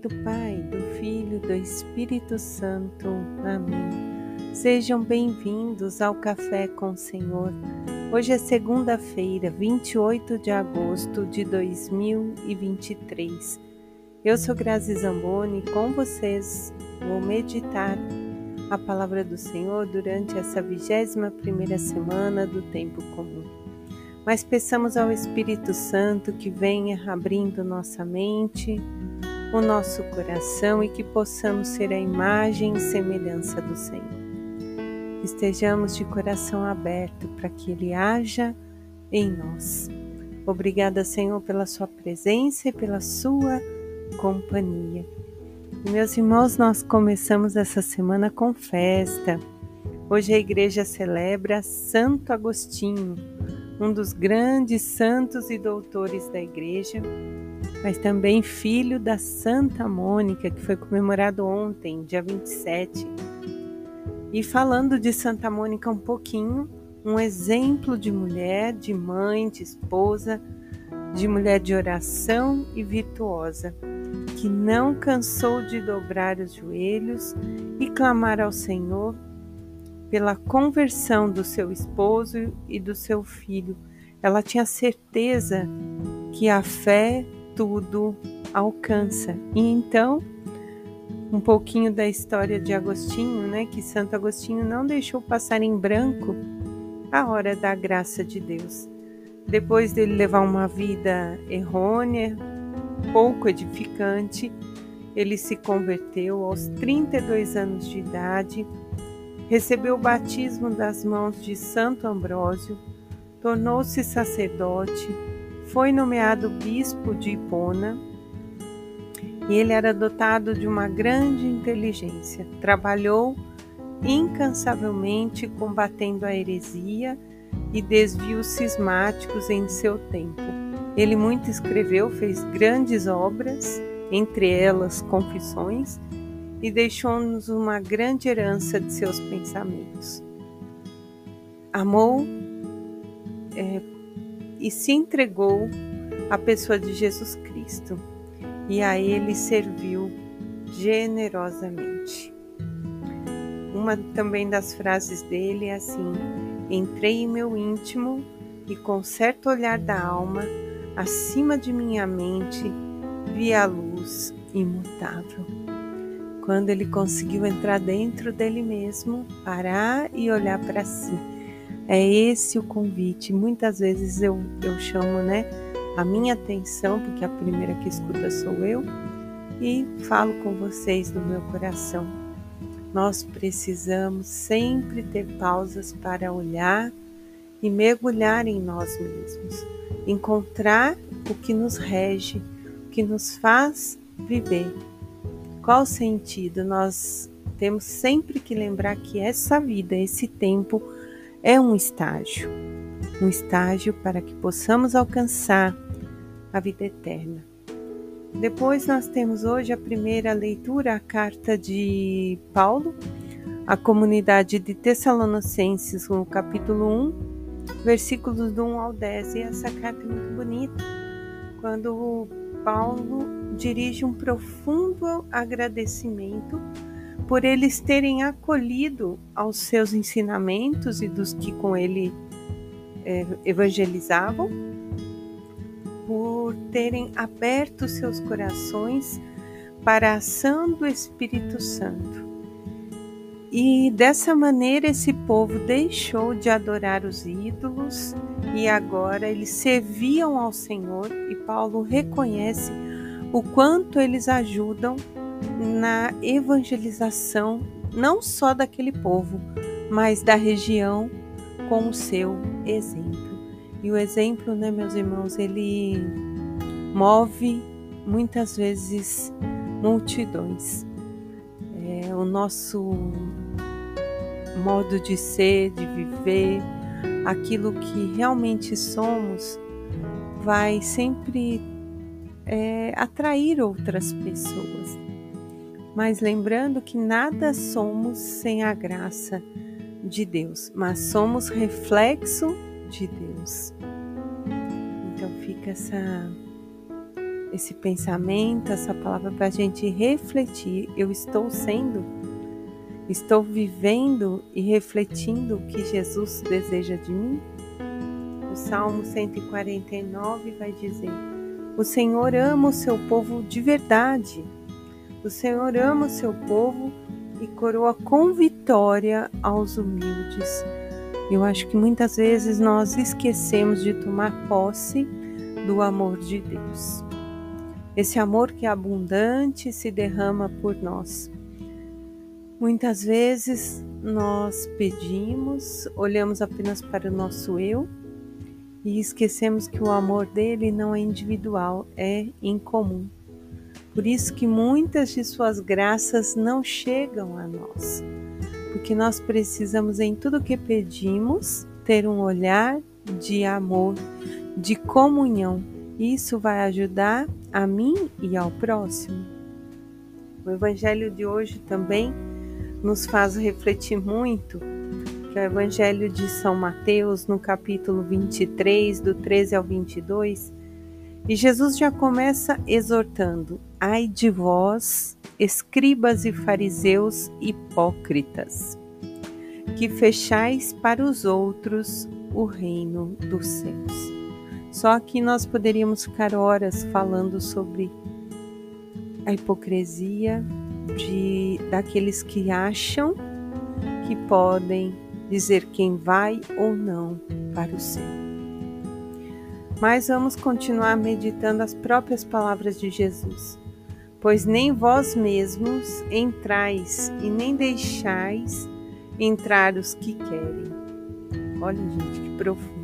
do Pai, do Filho, do Espírito Santo. Amém. Sejam bem-vindos ao Café com o Senhor. Hoje é segunda-feira, 28 de agosto de 2023. Eu sou Grazi Zamboni e com vocês vou meditar a palavra do Senhor durante essa 21ª semana do tempo comum. Mas peçamos ao Espírito Santo que venha abrindo nossa mente, o nosso coração e que possamos ser a imagem e semelhança do Senhor. Estejamos de coração aberto para que Ele haja em nós. Obrigada, Senhor, pela sua presença e pela sua companhia. E, meus irmãos, nós começamos essa semana com festa. Hoje a igreja celebra Santo Agostinho, um dos grandes santos e doutores da igreja, mas também filho da Santa Mônica, que foi comemorado ontem, dia 27. E falando de Santa Mônica um pouquinho, um exemplo de mulher, de mãe, de esposa, de mulher de oração e virtuosa, que não cansou de dobrar os joelhos e clamar ao Senhor pela conversão do seu esposo e do seu filho. Ela tinha certeza que a fé tudo alcança. E então, um pouquinho da história de Agostinho, que Santo Agostinho não deixou passar em branco a hora da graça de Deus. Depois dele levar uma vida errônea, pouco edificante, ele se converteu aos 32 anos de idade, recebeu o batismo das mãos de Santo Ambrósio, tornou-se sacerdote, foi nomeado bispo de Hipona e ele era dotado de uma grande inteligência. Trabalhou incansavelmente combatendo a heresia e desvios cismáticos em seu tempo. Ele muito escreveu, fez grandes obras, entre elas Confissões, e deixou-nos uma grande herança de seus pensamentos. Amou e se entregou à pessoa de Jesus Cristo e a Ele serviu generosamente. Uma também das frases dele é assim: entrei em meu íntimo e com certo olhar da alma, acima de minha mente, vi a luz imutável. Quando ele conseguiu entrar dentro dele mesmo, parar e olhar para si. É esse o convite. Muitas vezes eu chamo a minha atenção, porque a primeira que escuta sou eu, e falo com vocês do meu coração. Nós precisamos sempre ter pausas para olhar e mergulhar em nós mesmos. Encontrar o que nos rege, o que nos faz viver. Qual o sentido? Nós temos sempre que lembrar que essa vida, esse tempo, é um estágio para que possamos alcançar a vida eterna. Depois nós temos hoje a primeira leitura, a carta de Paulo, à comunidade de Tessalonicenses, no capítulo 1, versículos do 1 ao 10. E essa carta é muito bonita, quando Paulo dirige um profundo agradecimento por eles terem acolhido aos seus ensinamentos e dos que com ele evangelizavam, por terem aberto seus corações para a ação do Espírito Santo. E dessa maneira esse povo deixou de adorar os ídolos e agora eles serviam ao Senhor, e Paulo reconhece o quanto eles ajudam na evangelização, não só daquele povo, mas da região, com o seu exemplo. E o exemplo, meus irmãos, ele move muitas vezes multidões. O nosso modo de ser, de viver, aquilo que realmente somos, vai sempre atrair outras pessoas. Mas lembrando que nada somos sem a graça de Deus, mas somos reflexo de Deus. Então fica esse pensamento, essa palavra para a gente refletir. Eu estou vivendo e refletindo o que Jesus deseja de mim? O Salmo 149 vai dizer: o Senhor ama o seu povo de verdade. O Senhor ama o seu povo e coroa com vitória aos humildes. Eu acho que muitas vezes nós esquecemos de tomar posse do amor de Deus. Esse amor que é abundante se derrama por nós. Muitas vezes nós pedimos, olhamos apenas para o nosso eu e esquecemos que o amor dele não é individual, é incomum. Por isso que muitas de suas graças não chegam a nós, porque nós precisamos, em tudo que pedimos, ter um olhar de amor, de comunhão. Isso vai ajudar a mim e ao próximo. O Evangelho de hoje também nos faz refletir muito, que é o Evangelho de São Mateus, no capítulo 23, do 13 ao 22, e Jesus já começa exortando: ai de vós, escribas e fariseus hipócritas, que fechais para os outros o reino dos céus. Só que nós poderíamos ficar horas falando sobre a hipocrisia daqueles que acham que podem dizer quem vai ou não para o céu. Mas vamos continuar meditando as próprias palavras de Jesus. Pois nem vós mesmos entrais e nem deixais entrar os que querem. Olha, gente, que profundo.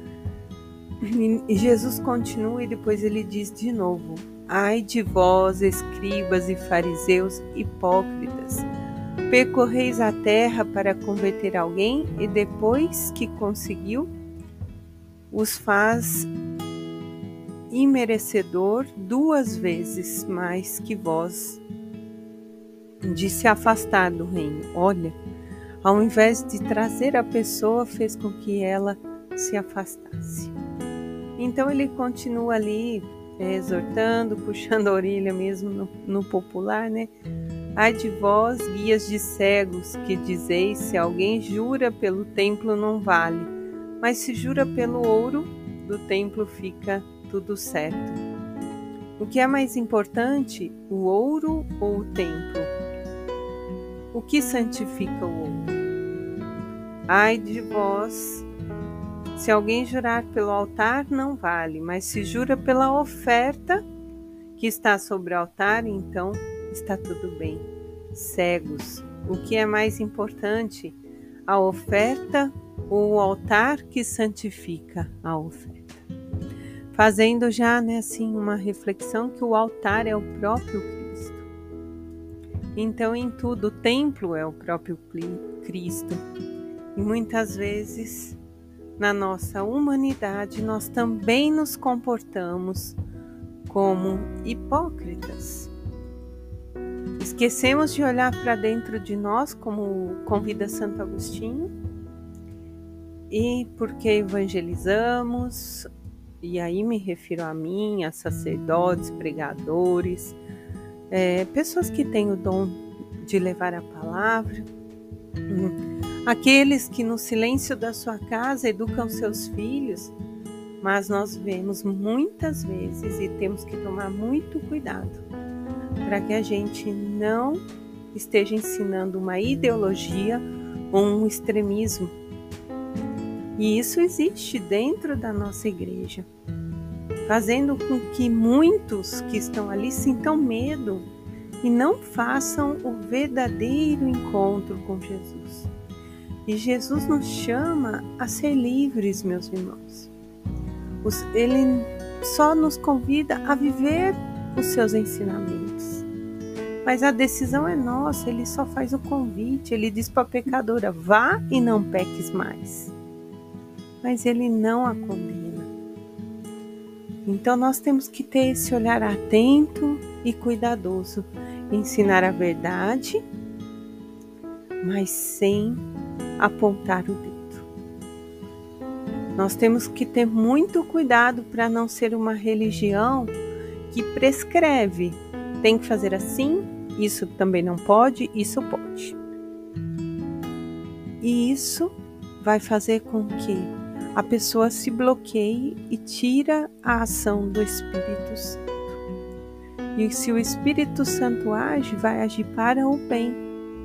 E Jesus continua e depois ele diz de novo: ai de vós, escribas e fariseus hipócritas, percorreis a terra para converter alguém e depois que conseguiu, os faz imerecedor 2 vezes mais que vós de se afastar do reino. Olha, ao invés de trazer a pessoa, fez com que ela se afastasse. Então ele continua ali exortando, puxando a orelha mesmo no popular, né? Ai de vós, guias de cegos, que dizeis: se alguém jura pelo templo não vale, mas se jura pelo ouro do templo fica tudo certo. O que é mais importante, o ouro ou o templo? O que santifica o ouro? Ai de vós, se alguém jurar pelo altar não vale, mas se jura pela oferta que está sobre o altar, então está tudo bem. Cegos, o que é mais importante, a oferta ou o altar que santifica a oferta? Fazendo já assim uma reflexão que o altar é o próprio Cristo. Então em tudo o templo é o próprio Cristo. E muitas vezes na nossa humanidade nós também nos comportamos como hipócritas. Esquecemos de olhar para dentro de nós, como convida Santo Agostinho, e porque evangelizamos, e aí me refiro a mim, a sacerdotes, pregadores, pessoas que têm o dom de levar a palavra, aqueles que no silêncio da sua casa educam seus filhos, mas nós vemos muitas vezes e temos que tomar muito cuidado para que a gente não esteja ensinando uma ideologia ou um extremismo. E isso existe dentro da nossa igreja, fazendo com que muitos que estão ali sintam medo e não façam o verdadeiro encontro com Jesus. E Jesus nos chama a ser livres, meus irmãos. Ele só nos convida a viver os seus ensinamentos. Mas a decisão é nossa, ele só faz o convite, ele diz para a pecadora: vá e não peques mais. Mas ele não a condena. Então nós temos que ter esse olhar atento e cuidadoso, ensinar a verdade, mas sem apontar o dedo. Nós temos que ter muito cuidado para não ser uma religião que prescreve. Tem que fazer assim, isso também não pode, isso pode. E isso vai fazer com que a pessoa se bloqueie e tira a ação do Espírito Santo. E se o Espírito Santo age, vai agir para o bem.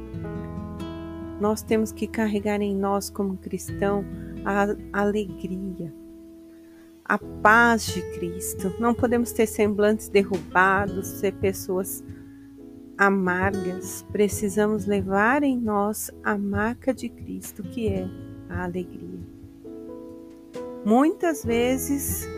Nós temos que carregar em nós como cristão a alegria, a paz de Cristo. Não podemos ter semblantes derrubados, ser pessoas amargas. Precisamos levar em nós a marca de Cristo, que é a alegria. Muitas vezes,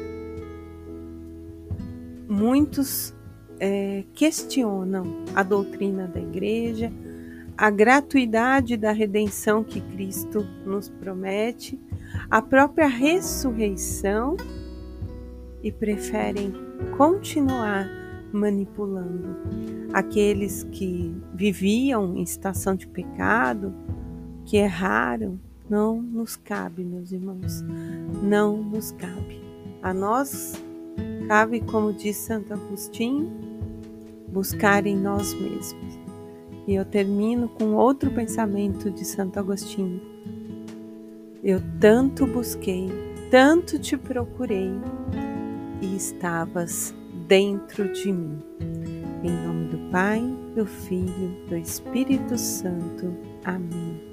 muitos questionam a doutrina da igreja, a gratuidade da redenção que Cristo nos promete, a própria ressurreição, e preferem continuar manipulando. Aqueles que viviam em situação de pecado, que erraram, não nos cabe, meus irmãos, não nos cabe. A nós cabe, como diz Santo Agostinho, buscar em nós mesmos. E eu termino com outro pensamento de Santo Agostinho. Eu tanto busquei, tanto te procurei, e estavas dentro de mim. Em nome do Pai, do Filho, do Espírito Santo. Amém.